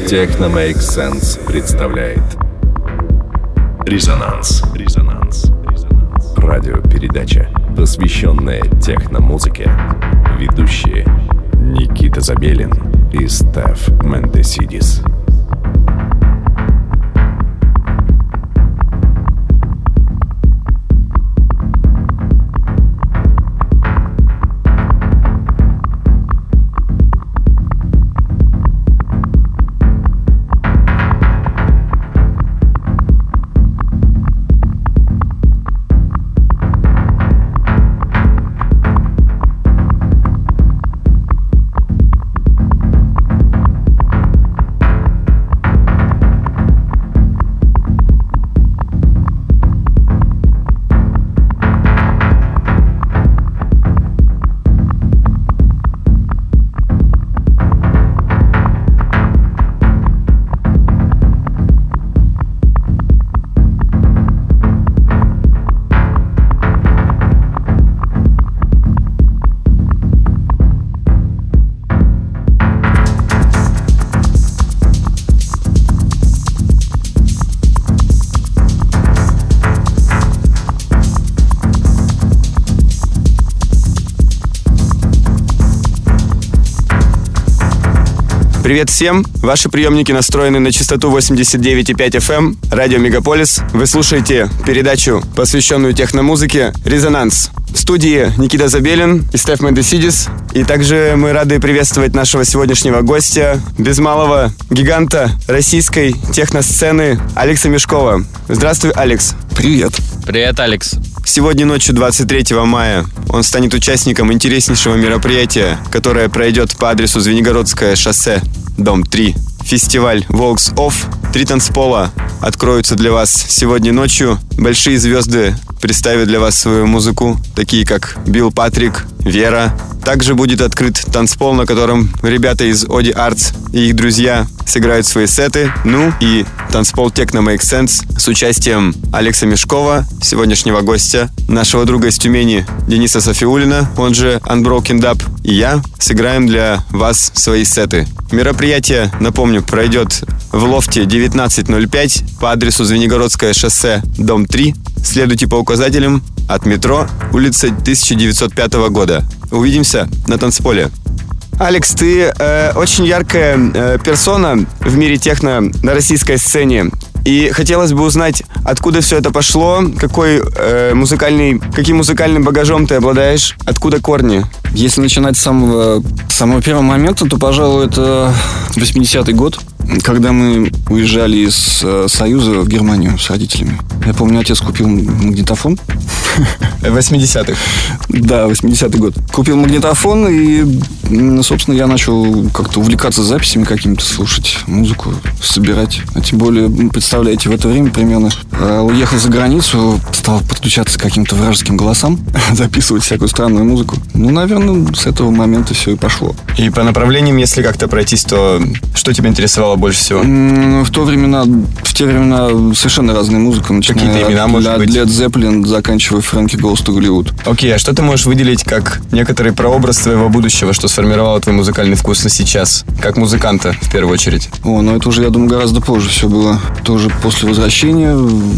Techno Make Sense представляет Резонанс. Радиопередача, посвященная техно-музыке. Ведущие Никита Забелин и Стеф Мендесидис. Привет всем! Ваши приемники настроены на частоту 89,5 FM, радио Мегаполис. Вы слушаете передачу, посвященную техномузыке «Резонанс». В студии Никита Забелин и Стеф Мендесидис. И также мы рады приветствовать нашего сегодняшнего гостя, без малого гиганта российской техносцены Алекса Мешкова. Здравствуй, Алекс. Привет. Привет, Алекс. Сегодня ночью 23 мая он станет участником интереснейшего мероприятия, которое пройдет по адресу Звенигородское шоссе, дом 3. Фестиваль Walks Off. 3 танцпола откроются для вас сегодня ночью. Большие звезды представят для вас свою музыку, такие как Билл Патрик, Вера. Также будет открыт танцпол, на котором ребята из Оди Артс и их друзья сыграют свои сеты. Ну и танцпол Techno Make Sense с участием Алекса Мешкова, сегодняшнего гостя, нашего друга из Тюмени Дениса Софиуллина, он же Unbroken Dub, и я сыграем для вас свои сеты. Мероприятие, напомню, пройдет в лофте 1905 по адресу Звенигородское шоссе, дом 3. Следуйте по указателям от метро, улица 1905 года. Увидимся на танцполе. Алекс, ты очень яркая персона в мире техно на российской сцене. И хотелось бы узнать, откуда все это пошло, каким музыкальным багажом ты обладаешь, откуда корни? Если начинать с самого первого момента, то, пожалуй, это 80-й год, когда мы уезжали из Союза в Германию с родителями. Я помню, отец купил магнитофон. 80-х? Да, 80-й год. Купил магнитофон, и, собственно, я начал как-то увлекаться записями какими-то, слушать музыку, собирать. А тем более, представляете, в это время примерно уехал за границу, стал подключаться к каким-то вражеским голосам, записывать всякую странную музыку. Ну, наверное, с этого момента все и пошло. И по направлениям, если как-то пройтись, то что тебя интересовало больше всего? В те времена совершенно разная музыка. Какие-то имена, может быть? Led Zeppelin, заканчивая Фрэнки Goes to Hollywood. Окей, а что ты можешь выделить как некоторый прообраз твоего будущего, что сформировало твой музыкальный вкус на сейчас? Как музыканта, в первую очередь. Это уже, я думаю, гораздо позже все было. Тоже после возвращения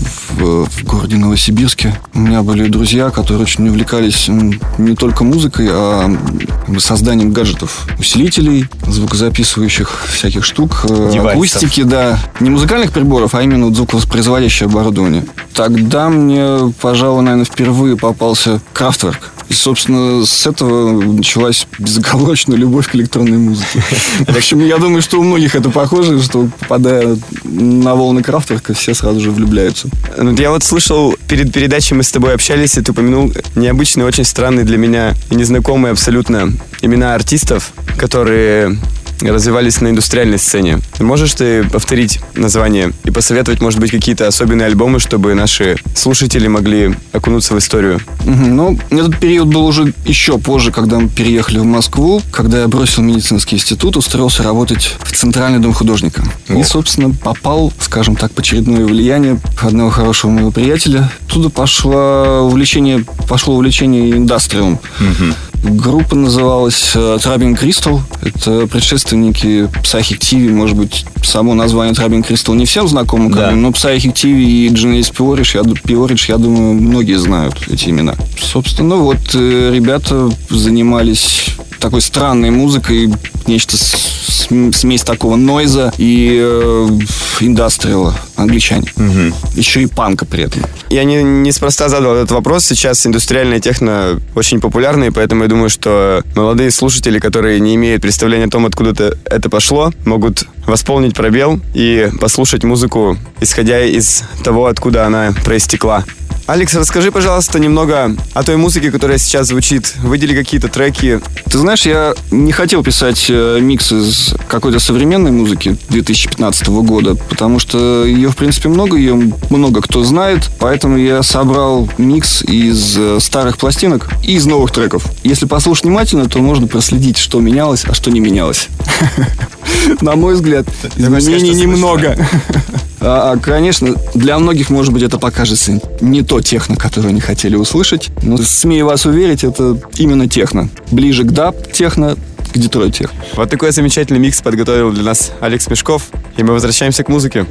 в городе Новосибирске. У меня были друзья, которые очень увлекались не только музыкой, а созданием гаджетов, усилителей, звукозаписывающих всяких штук, акустики, да. Не музыкальных приборов, а именно звуковоспроизводящее оборудование. Тогда мне, пожалуй, наверное, впервые попался Kraftwerk. И, собственно, с этого началась безоговорочная любовь к электронной музыке. В общем, я думаю, что у многих это похоже, что, попадая на волны Kraftwerk, все сразу же влюбляются. Я вот слышал, перед передачей мы с тобой общались, и ты упомянул необычные, очень странные для меня и незнакомые абсолютно имена артистов, которые развивались на индустриальной сцене. Можешь ты повторить название и посоветовать, может быть, какие-то особенные альбомы, чтобы наши слушатели могли окунуться в историю? Этот период был уже еще позже, когда мы переехали в Москву, когда я бросил медицинский институт, устроился работать в Центральный дом художника. И, собственно, попал, скажем так, под очередное влияние одного хорошего моего приятеля. Оттуда пошло увлечение индастриум. Группа называлась Throbbing Crystal. Это предшественники Psychic TV. Может быть, само название Throbbing Crystal не всем знакомо, да. Но Psychic TV и Genesis Peorage, я думаю, многие знают эти имена. Собственно, вот ребята занимались такой странной музыкой, нечто смесь такого нойза и индастриала, англичане. Угу. Еще и панка при этом. Я неспроста задал этот вопрос. Сейчас индустриальная техно очень популярна, и поэтому я думаю, что молодые слушатели, которые не имеют представления о том, откуда это пошло, могут восполнить пробел и послушать музыку, исходя из того, откуда она проистекла. Алекс, расскажи, пожалуйста, немного о той музыке, которая сейчас звучит. Выдели какие-то треки. Ты знаешь, я не хотел писать микс из какой-то современной музыки 2015 года, потому что ее, в принципе, ее много кто знает. Поэтому я собрал микс из старых пластинок и из новых треков. Если послушать внимательно, то можно проследить, что менялось, а что не менялось. На мой взгляд, изменений немного. Конечно, для многих, может быть, это покажется не то техно, которое они хотели услышать. Но, смею вас уверить, это именно техно. Ближе к даб-техно, к детройт-техно. Вот такой замечательный микс подготовил для нас Алекс Мешков. И мы возвращаемся к музыке.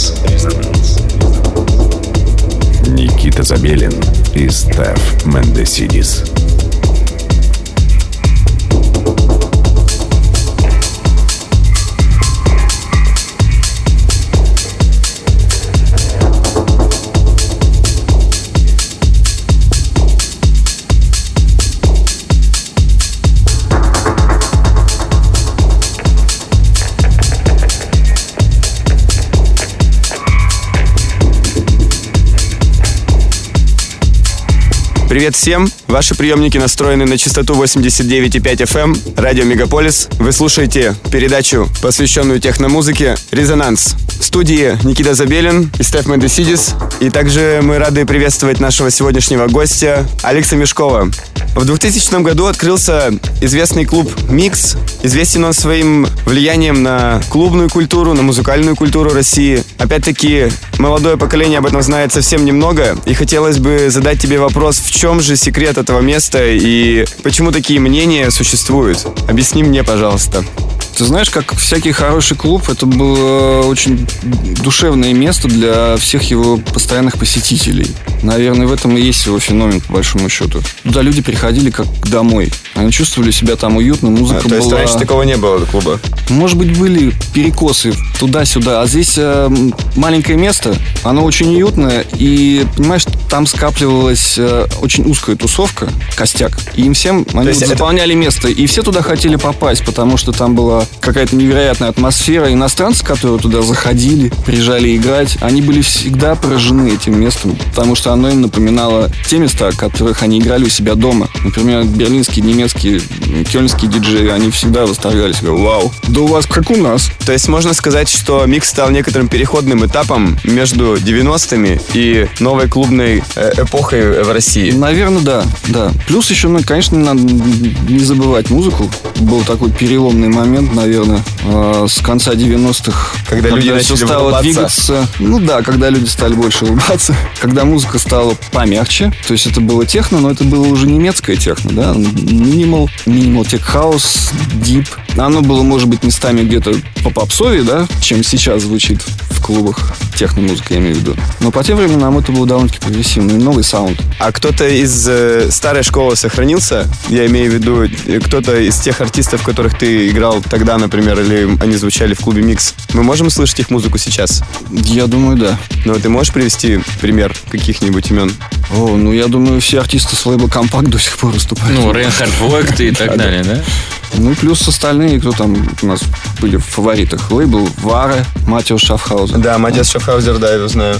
Никита Забелин и Стеф Мендесидис. Привет всем! Ваши приемники настроены на частоту 89,5 FM, радио Мегаполис. Вы слушаете передачу, посвященную техномузыке «Резонанс». В студии Никита Забелин и Стеф Мендесидис. И также мы рады приветствовать нашего сегодняшнего гостя Алекса Мешкова. В 2000 году открылся известный клуб «Микс». Известен он своим влиянием на клубную культуру, на музыкальную культуру России. Опять-таки, молодое поколение об этом знает совсем немного. И хотелось бы задать тебе вопрос, в чем же секрет этого места и почему такие мнения существуют? Объясни мне, пожалуйста. Ты знаешь, как всякий хороший клуб, это было очень душевное место для всех его постоянных посетителей. Наверное, в этом и есть его феномен, по большому счету. Туда люди приходили как домой. Они чувствовали себя там уютно, музыка была... То есть раньше такого не было, клуба? Может быть, были перекосы туда-сюда. А здесь маленькое место, оно очень уютное. И, понимаешь, там скапливалась очень узкая тусовка, костяк. И им всем, они заполняли место. И все туда хотели попасть, потому что там была какая-то невероятная атмосфера. Иностранцы, которые туда заходили, приезжали играть, они были всегда поражены этим местом, потому что оно им напоминало те места, в которых они играли у себя дома. Например, берлинские, немецкие, кёльнские диджеи, они всегда восторгались. Говорят, вау, да у вас как у нас. То есть можно сказать, что микс стал некоторым переходным этапом между 90-ми и новой клубной эпохой в России? Наверное, да. Плюс еще, конечно, надо не забывать музыку. Был такой переломный момент, наверное, с конца 90-х. Когда люди начали стало улыбаться. Двигаться. Ну да, когда люди стали больше улыбаться. Когда музыка стала помягче. То есть это было техно, но это было уже немецкое техно, да. Минимал, тех хаус, дип. Оно было, может быть, местами где-то по-попсовее, да, чем сейчас звучит в клубах. Техно-музыка, я имею в виду. Но по тем временам это был довольно-таки прогрессивный, новый саунд. А кто-то из старой школы сохранился? Я имею в виду, кто-то из тех артистов, которых ты играл тогда, например, или они звучали в клубе «Микс». Мы можем слышать их музыку сейчас? Я думаю, да. Но ты можешь привести пример каких-нибудь имен? Я думаю, все артисты с лейбла «Компакт» до сих пор выступают. Рейнхард Войгт и так далее, да? Ну, плюс остальные, кто там у нас были в фаворитах. Лейбл Варе, Матиас Шафхаузер. Да, Матиас Шафхаузер, да, я его знаю.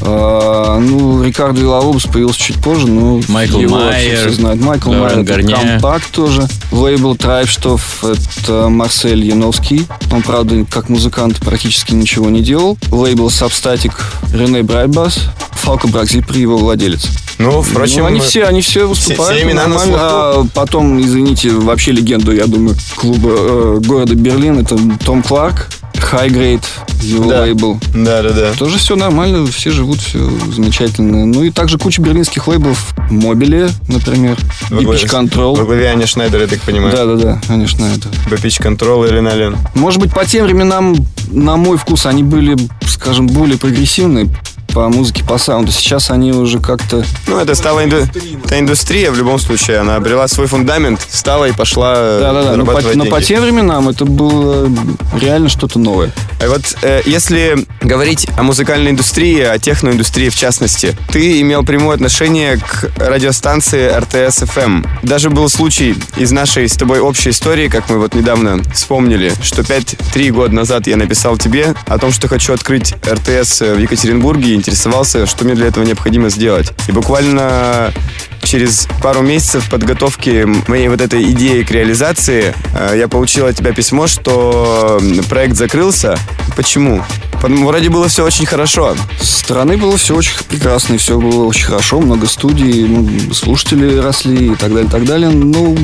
Рикардо Виллаобус появился чуть позже, но Майкл его Майер, все знают. Майкл Майер, Компакт тоже. Лейбл Трайбштоф, это Марсель Яновский. Он, правда, как музыкант практически ничего не делал. Лейбл Substatic, Рене Брайтбас. Фалко Бракзипри, его владелец. Впрочем... Они все выступают. Все имена нормально. А потом, извините, вообще легенду, я думаю, клуба города Берлин. Это Том Кларк, High Grade, его лейбл. Да. Тоже все нормально, все живут, все замечательно. Ну и также куча берлинских лейблов. Mobile, например. Pitch Control. Во главе Аня Шнайдер, я так понимаю. Да, Аня Шнайдер. Pitch Control или Нален. Может быть, по тем временам, на мой вкус, они были, скажем, более прогрессивные по музыке, по саунду. Сейчас они уже как-то... Это стала индустрия в любом случае. Она обрела свой фундамент, встала и пошла зарабатывать деньги. Но по тем временам это было реально что-то новое. А вот если говорить о музыкальной индустрии, о техноиндустрии в частности, ты имел прямое отношение к радиостанции РТС-ФМ. Даже был случай из нашей с тобой общей истории, как мы недавно вспомнили, что 3 года назад я написал тебе о том, что хочу открыть РТС в Екатеринбурге, и интересовался, что мне для этого необходимо сделать. И буквально через пару месяцев подготовки моей этой идеи к реализации я получил от тебя письмо, что проект закрылся. Почему? Вроде было все очень хорошо. Со стороны было все очень прекрасно, и все было очень хорошо, много студий, слушатели росли и так далее.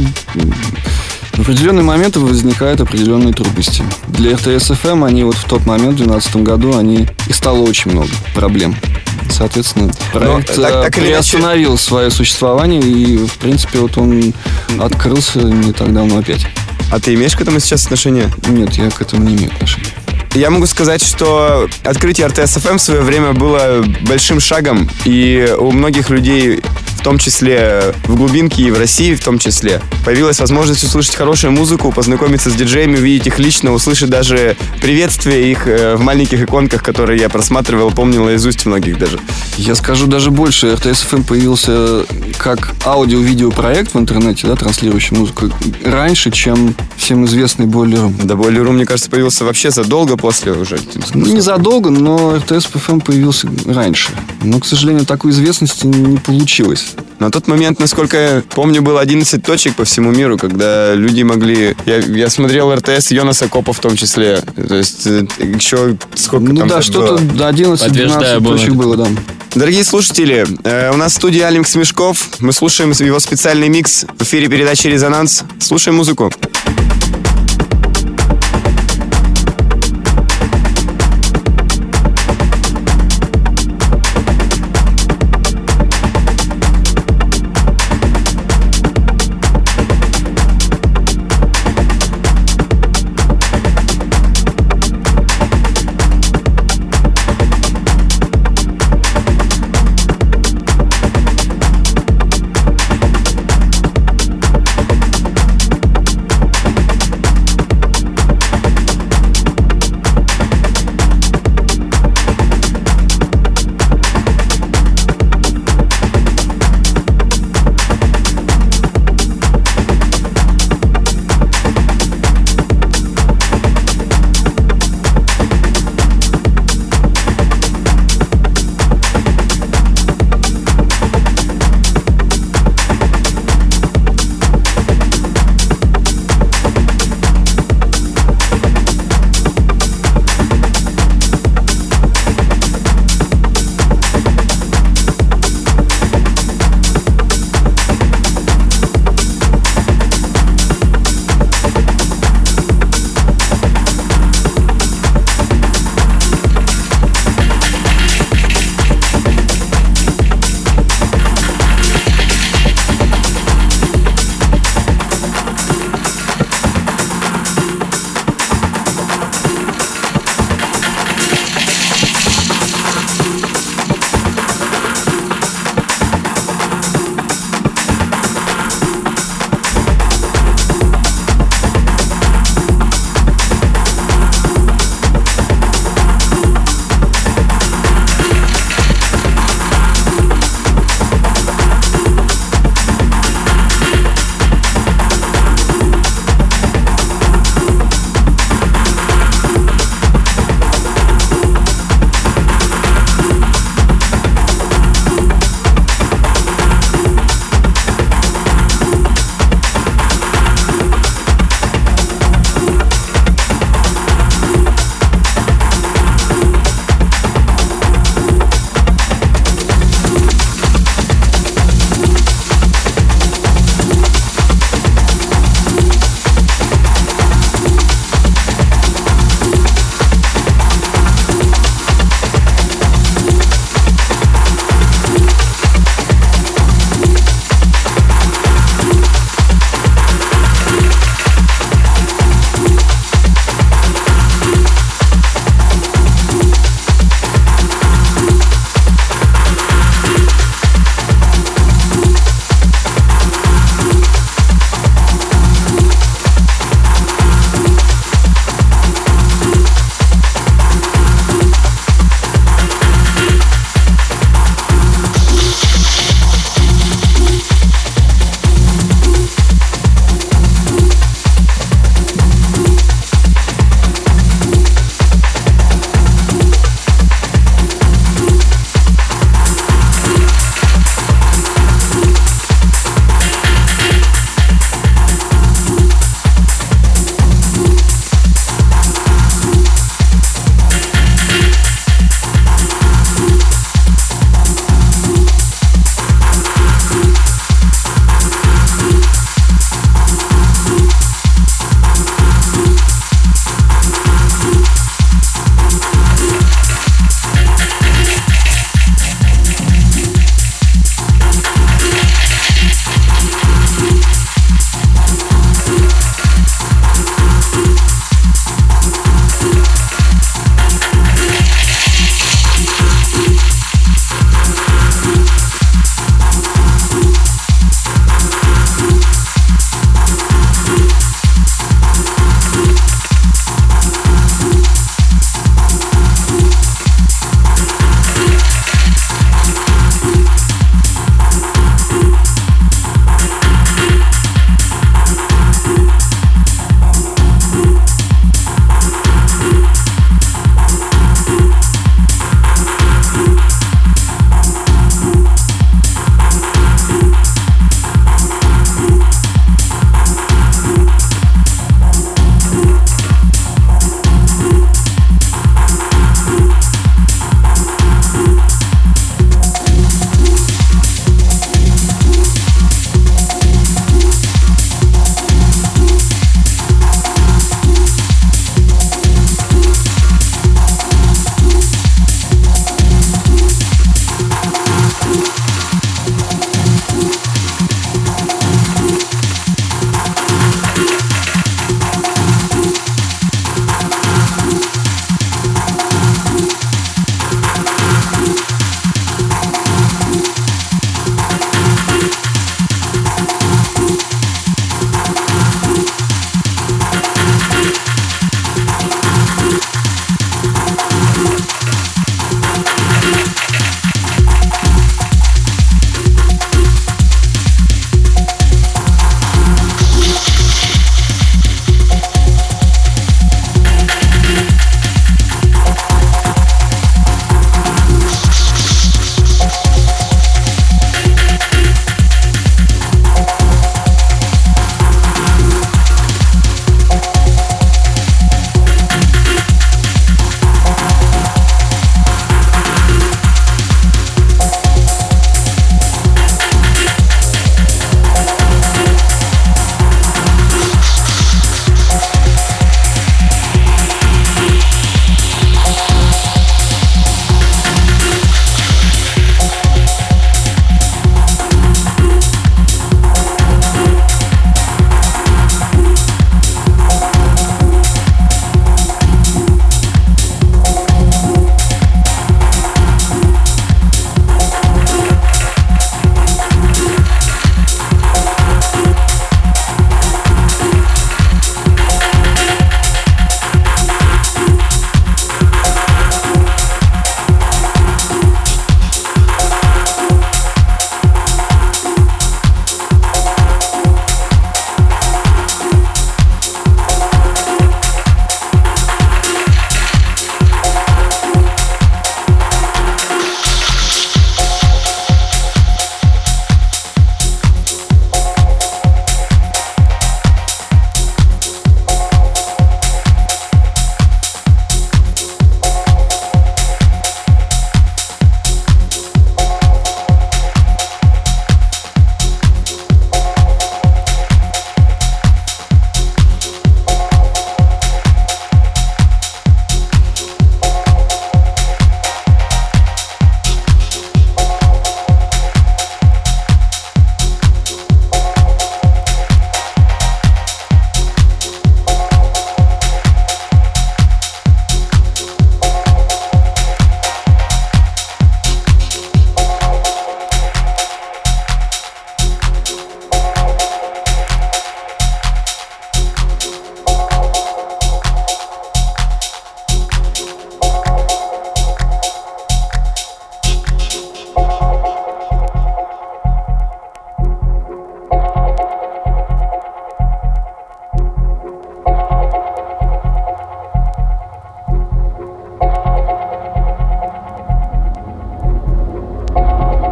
В определенный момент возникают определенные трудности. Для РТС-ФМ они в тот момент, в 2012 году, их стало очень много проблем. Соответственно, проект приостановил свое существование, и, в принципе, он открылся не так давно опять. А ты имеешь к этому сейчас отношение? Нет, я к этому не имею отношения. Я могу сказать, что открытие РТС-ФМ в свое время было большим шагом, и у многих людей, в том числе в глубинке и в России в том числе, появилась возможность услышать хорошую музыку, познакомиться с диджеями, увидеть их лично, услышать даже приветствия их в маленьких иконках, которые я просматривал, помнил наизусть многих даже. Я скажу даже больше. РТС-ФМ появился как аудио-видео-проект в интернете, да, транслирующий музыку, раньше, чем всем известный Boiler Room. Да, Boiler Room, мне кажется, появился вообще задолго после уже. Ну, не задолго, но РТС-ФМ появился раньше. Но, к сожалению, такой известности не получилось. На тот момент, насколько я помню, было 11 точек по всему миру, когда люди могли... Я смотрел РТС Йонаса Копа в том числе. То есть еще сколько ну там да, что-то было? 11-12 точек было, да. Дорогие слушатели, у нас в студии Алекс Мешков. Мы слушаем его специальный микс в эфире передачи «Резонанс». Слушаем музыку.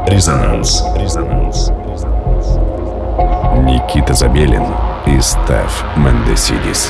Резонанс. Никита Забелин и Стеф Мендесидис.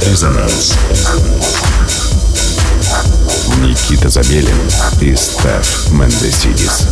Резонанс. Никита Забелин и Стеф Мендесидис.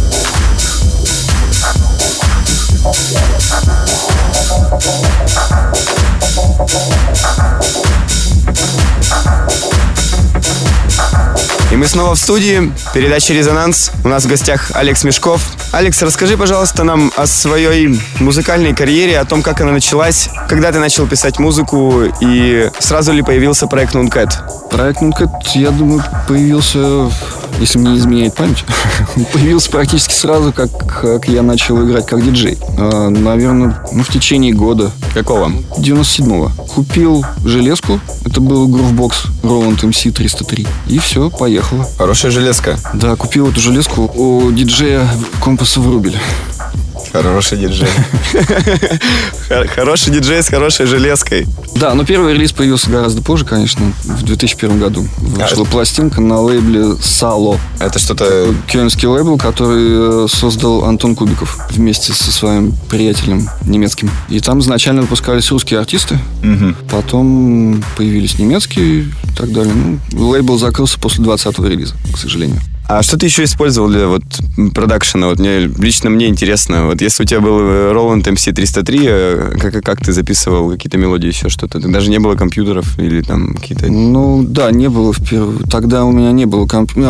И мы снова в студии. Передача «Резонанс». У нас в гостях Алекс Мешков. Алекс, расскажи, пожалуйста, нам о своей музыкальной карьере, о том, как она началась, когда ты начал писать музыку и сразу ли появился проект Nuncat? Проект Nuncat, я думаю, появился, если мне не изменяет память, появился практически сразу, как я начал играть как диджей. Наверное, в течение года. Какого? 97-го. Купил железку. Это был Groovebox Roland MC 303. И все, поехало. Хорошая железка. Да, купил эту железку у диджея Компаса Врубеля. Хороший диджей. Хороший диджей с хорошей железкой. Да, но первый релиз появился гораздо позже, конечно. В 2001 году вышла пластинка на лейбле Salo. Это что-то... Кёльнский лейбл, который создал Антон Кубиков вместе со своим приятелем немецким. И там изначально выпускались русские артисты. Потом появились немецкие и так далее. Лейбл закрылся после 20-го релиза, к сожалению. А что ты еще использовал для продакшена? Лично мне интересно. Если у тебя был Roland MC 303, как ты записывал какие-то мелодии, еще что-то? Даже не было компьютеров или там какие-то... Да, не было тогда у меня не было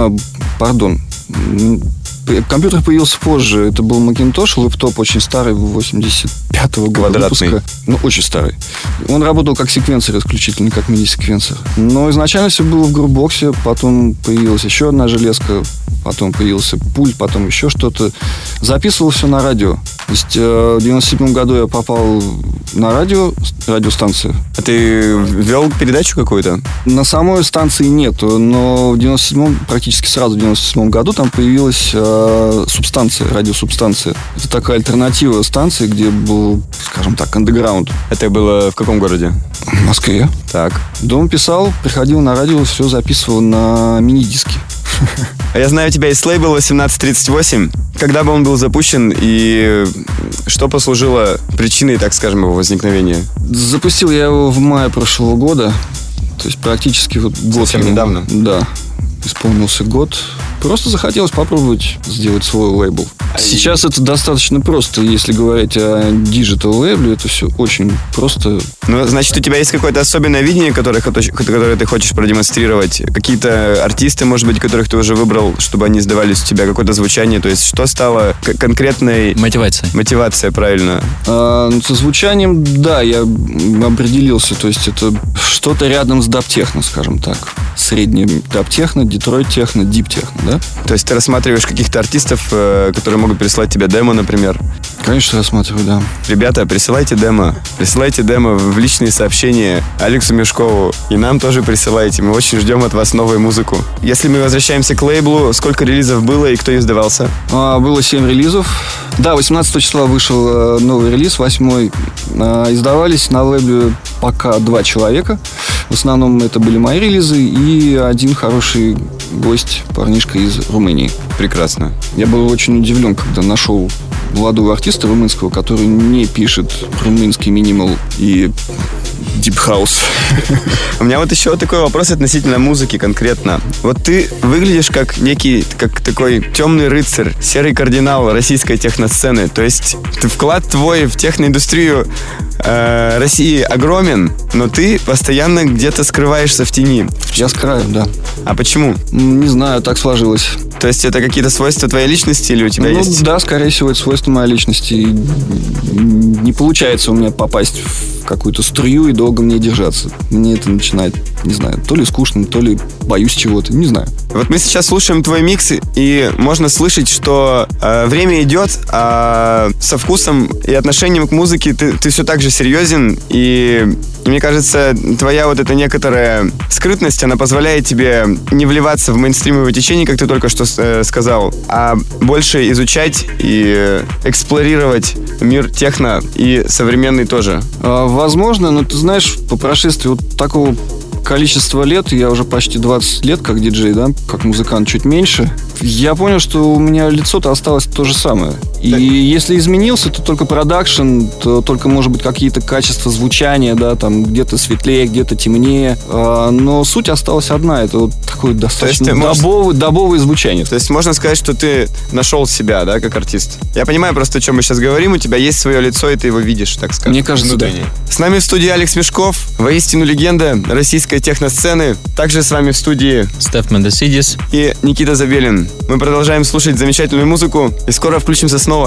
компьютер появился позже. Это был Macintosh, лэптоп очень старый, 85-го года выпуска. Очень старый. Он работал как секвенсор исключительно, как MIDI-секвенсор. Но изначально все было в грувбоксе, потом появилась еще одна железка, потом появился пульт, потом еще что-то. Записывал все на радио. То есть в 97 году я попал на радиостанцию. А ты вел передачу какую-то? На самой станции нету, но практически сразу в 97 году там появилась радиосубстанция. Это такая альтернатива станции, где был, скажем так, андеграунд. Это было в каком городе? В Москве. Так. Дома писал, приходил на радио, все записывал на мини-диске. Я знаю, у тебя есть лейбл 1838. Когда бы он был запущен и что послужило причиной, так скажем, его возникновения? Запустил я его в мае прошлого года. То есть практически год. Совсем недавно? Да. Исполнился год. Просто захотелось попробовать сделать свой лейбл. Сейчас это достаточно просто. Если говорить о диджитал лейбле, это все очень просто. Значит, у тебя есть какое-то особенное видение, которое ты хочешь продемонстрировать? Какие-то артисты, может быть, которых ты уже выбрал, чтобы они сдавались у тебя, какое-то звучание? То есть, что стало конкретной... Мотивация, правильно. Со звучанием, да, я определился. То есть, это что-то рядом с даб-техно, скажем так. Средний даб-техно, детройт-техно, дип-техно, да? То есть, ты рассматриваешь каких-то артистов, которые могут присылать тебе демо, например? Конечно, рассматриваю, да. Ребята, присылайте демо в личные сообщения Алексу Мешкову. И нам тоже присылайте. Мы очень ждем от вас новую музыку. Если мы возвращаемся к лейблу, сколько релизов было и кто издавался? Было 7 релизов. Да, 18 числа вышел новый релиз, 8-й. Издавались на лейбле пока 2 человека. В основном это были мои релизы и один хороший гость, парнишка из Румынии. Прекрасно. Я был очень удивлен, когда нашел молодого артиста румынского, который не пишет румынский минимал и дип-хаус. У меня еще такой вопрос относительно музыки конкретно. Ты выглядишь как такой темный рыцарь, серый кардинал российской техносцены. То есть вклад твой в техноиндустрию России огромен, но ты постоянно где-то скрываешься в тени. Я с краю, да. А почему? Не знаю, так сложилось. То есть это какие-то свойства твоей личности или у тебя есть? Да, скорее всего, это свойства моей личности. Не получается у меня попасть в какую-то струю и долго мне держаться. Мне это начинает, не знаю, то ли скучно, то ли боюсь чего-то, не знаю. Мы сейчас слушаем твой микс, и можно слышать, что время идет, а со вкусом и отношением к музыке ты все так же серьезен, и мне кажется, твоя эта некоторая скрытность, она позволяет тебе не вливаться в мейнстримовое течение, как ты только что сказал, а больше изучать и эксплорировать мир техно и современный тоже. Возможно, но ты знаешь, по прошествии такого количества лет, я уже почти 20 лет как диджей, да, как музыкант чуть меньше, Я понял, что у меня лицо-то осталось то же самое. И если изменился, то только продакшн, то только, может быть, какие-то качества звучания, да, там где-то светлее, где-то темнее. Но суть осталась одна. Это вот такое достаточно добовое звучание. То есть можно сказать, что ты нашел себя, да, как артист? Я понимаю просто, о чем мы сейчас говорим. У тебя есть свое лицо, и ты его видишь, так сказать. Мне кажется, да. С нами в студии Алекс Мешков, воистину легенда российской техносцены. Также с вами в студии Стеф Мендесидис и Никита Забелин. Мы продолжаем слушать замечательную музыку и скоро включимся снова.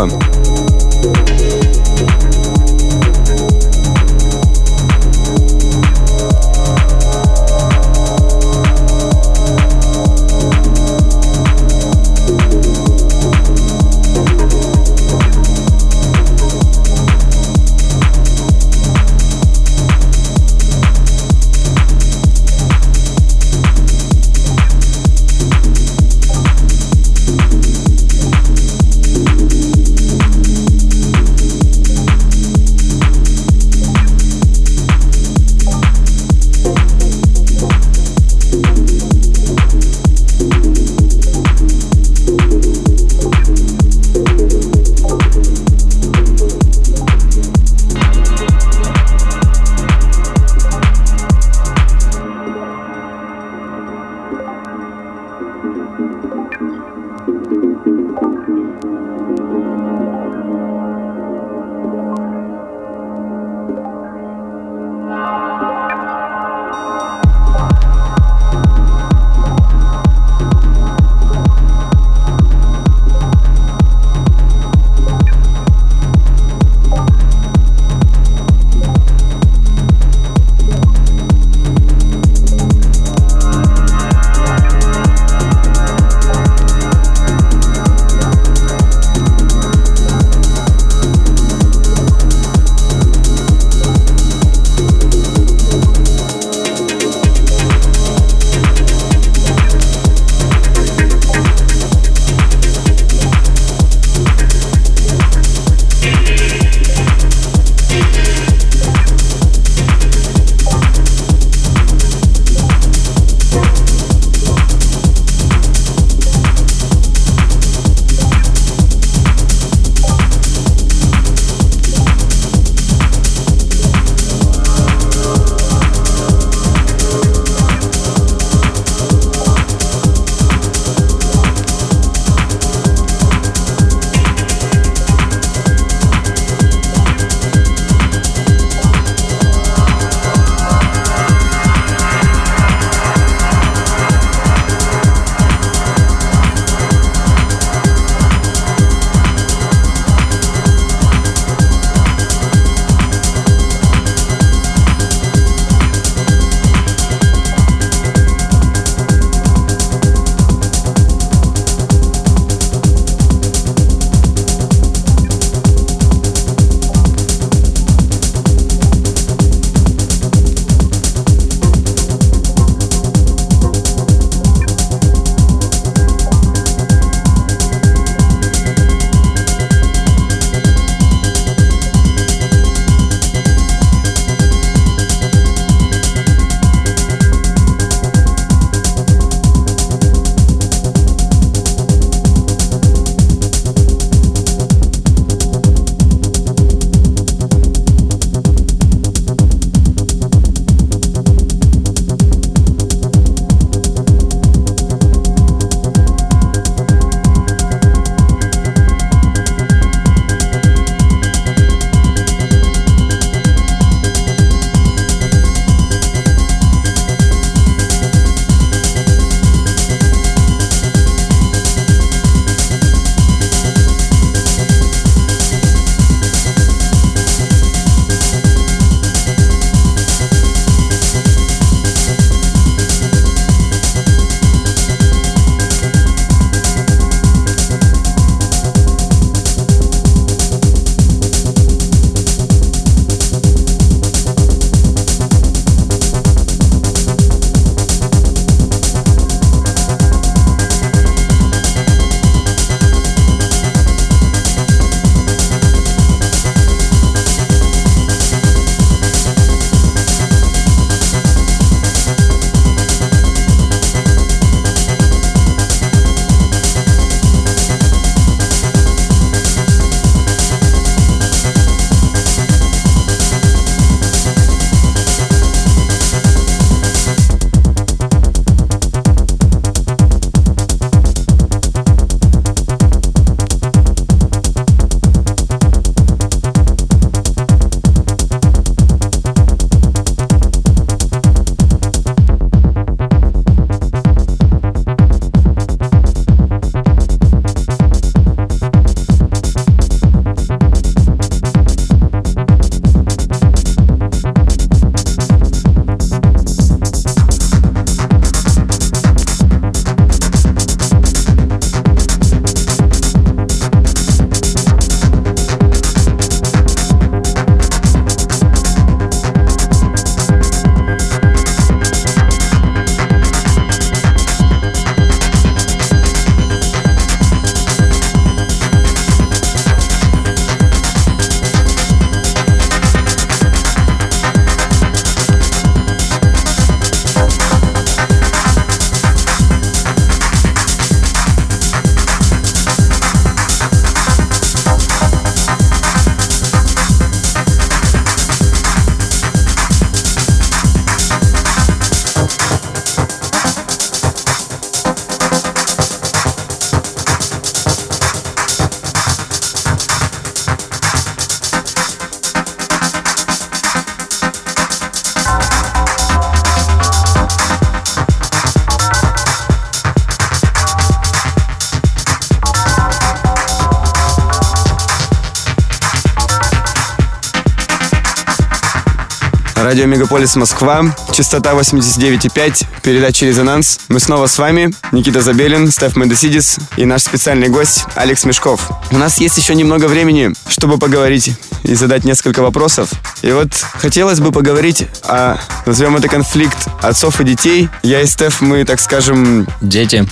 Радио Мегаполис Москва, частота 89,5, передача «Резонанс». Мы снова с вами, Никита Забелин, Стеф Мендесидис и наш специальный гость Алекс Мешков. У нас есть еще немного времени, чтобы поговорить и задать несколько вопросов. И вот хотелось бы поговорить о, назовем это, конфликт отцов и детей. Я и Стеф, мы, так скажем... Дети.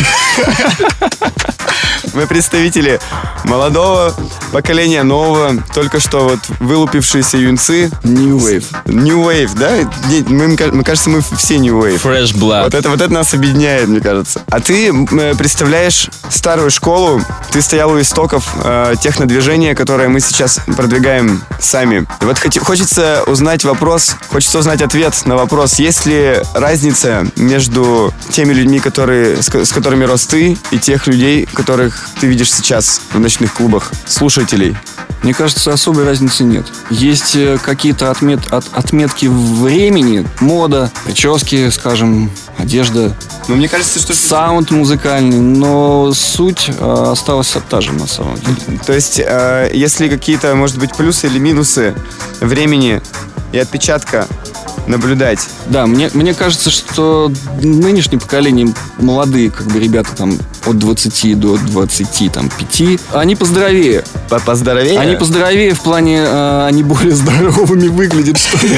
Мы представители молодого поколения, нового, только что вот вылупившиеся юнцы. New Wave. New Wave, да? Мы кажется, мы все New Wave. Fresh Blood. Вот это нас объединяет, мне кажется. А ты представляешь старую школу, ты стоял у истоков технодвижения, которое мы сейчас продвигаем сами. И вот хочется узнать ответ на вопрос, есть ли разница между теми людьми, с которыми рос ты, и тех людей, которых ты видишь сейчас в ночных клубах, слушателей? Мне кажется, особой разницы нет. Есть какие-то отметки времени, мода, прически, скажем, одежда. Но мне кажется, что... Саунд музыкальный, но суть осталась та же на самом деле. То есть, если какие-то, может быть, плюсы или минусы времени и отпечатка наблюдать. Да, мне кажется, что нынешнее поколение, молодые ребята там от 20 до 25, они поздоровее. Поздоровее? Они поздоровее в плане, они более здоровыми выглядят, что ли.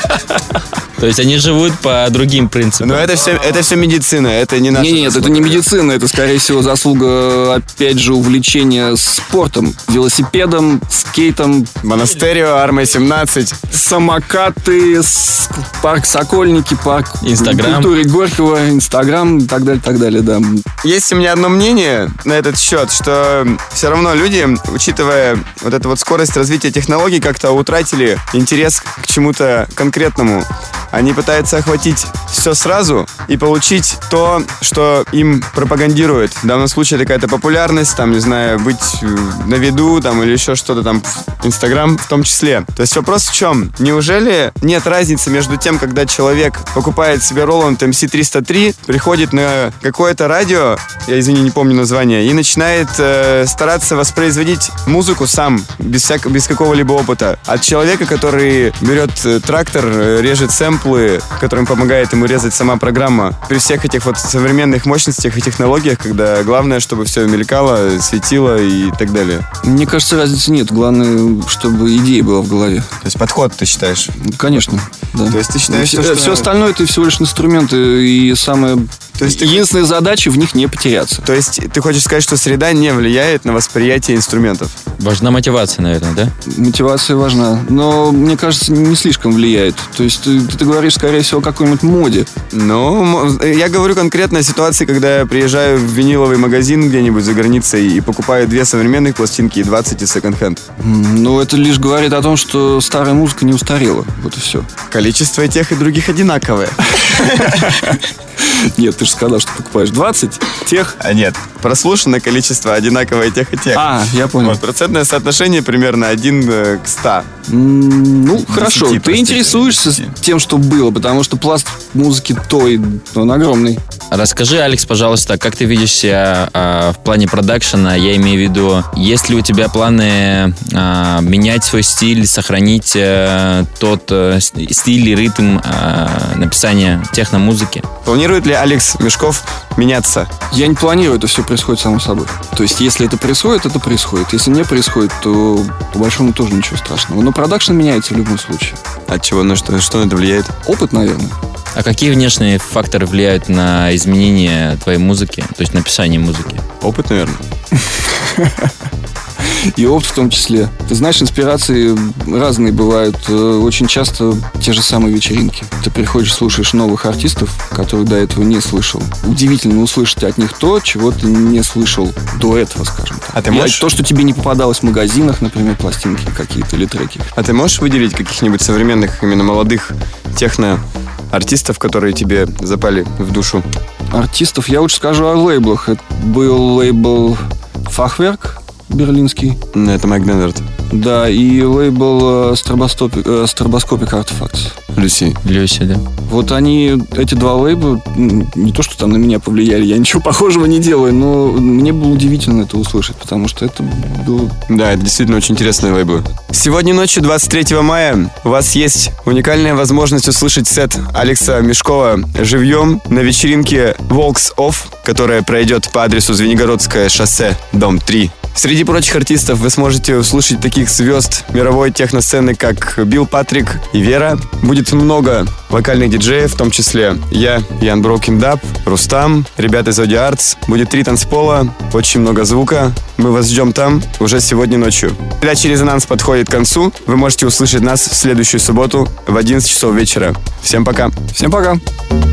То есть они живут по другим принципам. Но это все медицина, это не наша... Нет, это не медицина, это, скорее всего, заслуга, опять же, увлечения спортом, велосипедом, скейтом. Монастерио, Арма-17. Самокаты, парк Сокольники, парк Инстаграм. Культуры Горького, Инстаграм и так далее, да. Есть у меня одно мнение на этот счет, что все равно люди, учитывая вот эту вот скорость развития технологий, как-то утратили интерес к чему-то конкретному. Они пытаются охватить все сразу и получить то, что им пропагандируют. В данном случае это какая-то популярность, там, не знаю, быть на виду, там, или еще что-то там, Инстаграм в том числе. То есть вопрос в чем? Неужели нет разницы между тем, когда человек покупает себе Roland MC303, приходит на какое-то радио, я, извини, не помню название, и начинает стараться воспроизводить музыку сам, без какого-либо опыта, от человека, который берет трактор, режет сэмплы, которым помогает ему резать сама программа. При всех этих вот современных мощностях и технологиях, когда главное, чтобы все мелькало, светило и так далее. Мне кажется, разницы нет. Главное, чтобы идея была в голове. То есть подход, ты считаешь? Конечно, да. То есть ты считаешь, что... Все остальное это всего лишь инструменты, и единственная задача в них не потеряться. То есть ты хочешь сказать, что среда не влияет на восприятие инструментов? Важна мотивация, наверное, да? Мотивация важна, но, мне кажется, не слишком влияет. То есть ты говоришь, скорее всего, о какой-нибудь моде. Ну, я говорю конкретно о ситуации, когда я приезжаю в виниловый магазин где-нибудь за границей и покупаю 2 современных пластинки и 20 из секонд-хенд. Ну, это лишь говорит о том, что старая музыка не устарела. Вот и все. Количество и тех, и других одинаковое. Нет, ты же сказал, что покупаешь 20 тех. А нет, прослушанное количество одинаковое тех и тех. Я понял. Вот, процентное соотношение примерно 1 к 100. Ну, хорошо, ты интересуешься тем, что было, потому что пласт музыки он огромный. Расскажи, Алекс, пожалуйста, как ты видишь себя в плане продакшена? Я имею в виду, есть ли у тебя планы менять свой стиль, сохранить тот стиль и ритм написания техномузыки? Планирует ли Алекс Мешков меняться? Я не планирую, это все происходит само собой. То есть, если это происходит, это происходит. Если не происходит, то по большому тоже ничего страшного. Но продакшн меняется в любом случае. От чего? На что на это влияет? Опыт, наверное. А какие внешние факторы влияют на изменение твоей музыки, то есть написание музыки? Опыт, наверное. И опыт в том числе. Ты знаешь, инспирации разные бывают. Очень часто те же самые вечеринки. Ты приходишь, слушаешь новых артистов, которых до этого не слышал. Удивительно услышать от них то, чего ты не слышал до этого, скажем так. А ты можешь... То, что тебе не попадалось в магазинах, например, пластинки какие-то или треки. А ты можешь выделить каких-нибудь современных, именно молодых техно-артистов, которые тебе запали в душу? Артистов? Я лучше скажу о лейблах. Это был лейбл «Фахверк» берлинский. Это Майк Денверт. Да, и лейбл Stroboscopic Artifacts. Люси. Люси, да. Вот эти два лейбла, не то, что там на меня повлияли, я ничего похожего не делаю, но мне было удивительно это услышать, потому что это было... Да, это действительно очень интересные лейблы. Сегодня ночью, 23 мая, у вас есть уникальная возможность услышать сет Алекса Мешкова живьем на вечеринке Walks Off, которая пройдет по адресу Звенигородское шоссе, дом 3. Среди прочих артистов вы сможете услышать таких звезд мировой техносцены, как Билл Патрик и Вера. Будет много вокальных диджеев, в том числе я, Ян Broken Dub, Рустам, ребята из Audio Arts. Будет 3 танцпола, очень много звука. Мы вас ждем там уже сегодня ночью. Передача «Резонанс» подходит к концу. Вы можете услышать нас в следующую субботу в 11 часов вечера. Всем пока. Всем пока.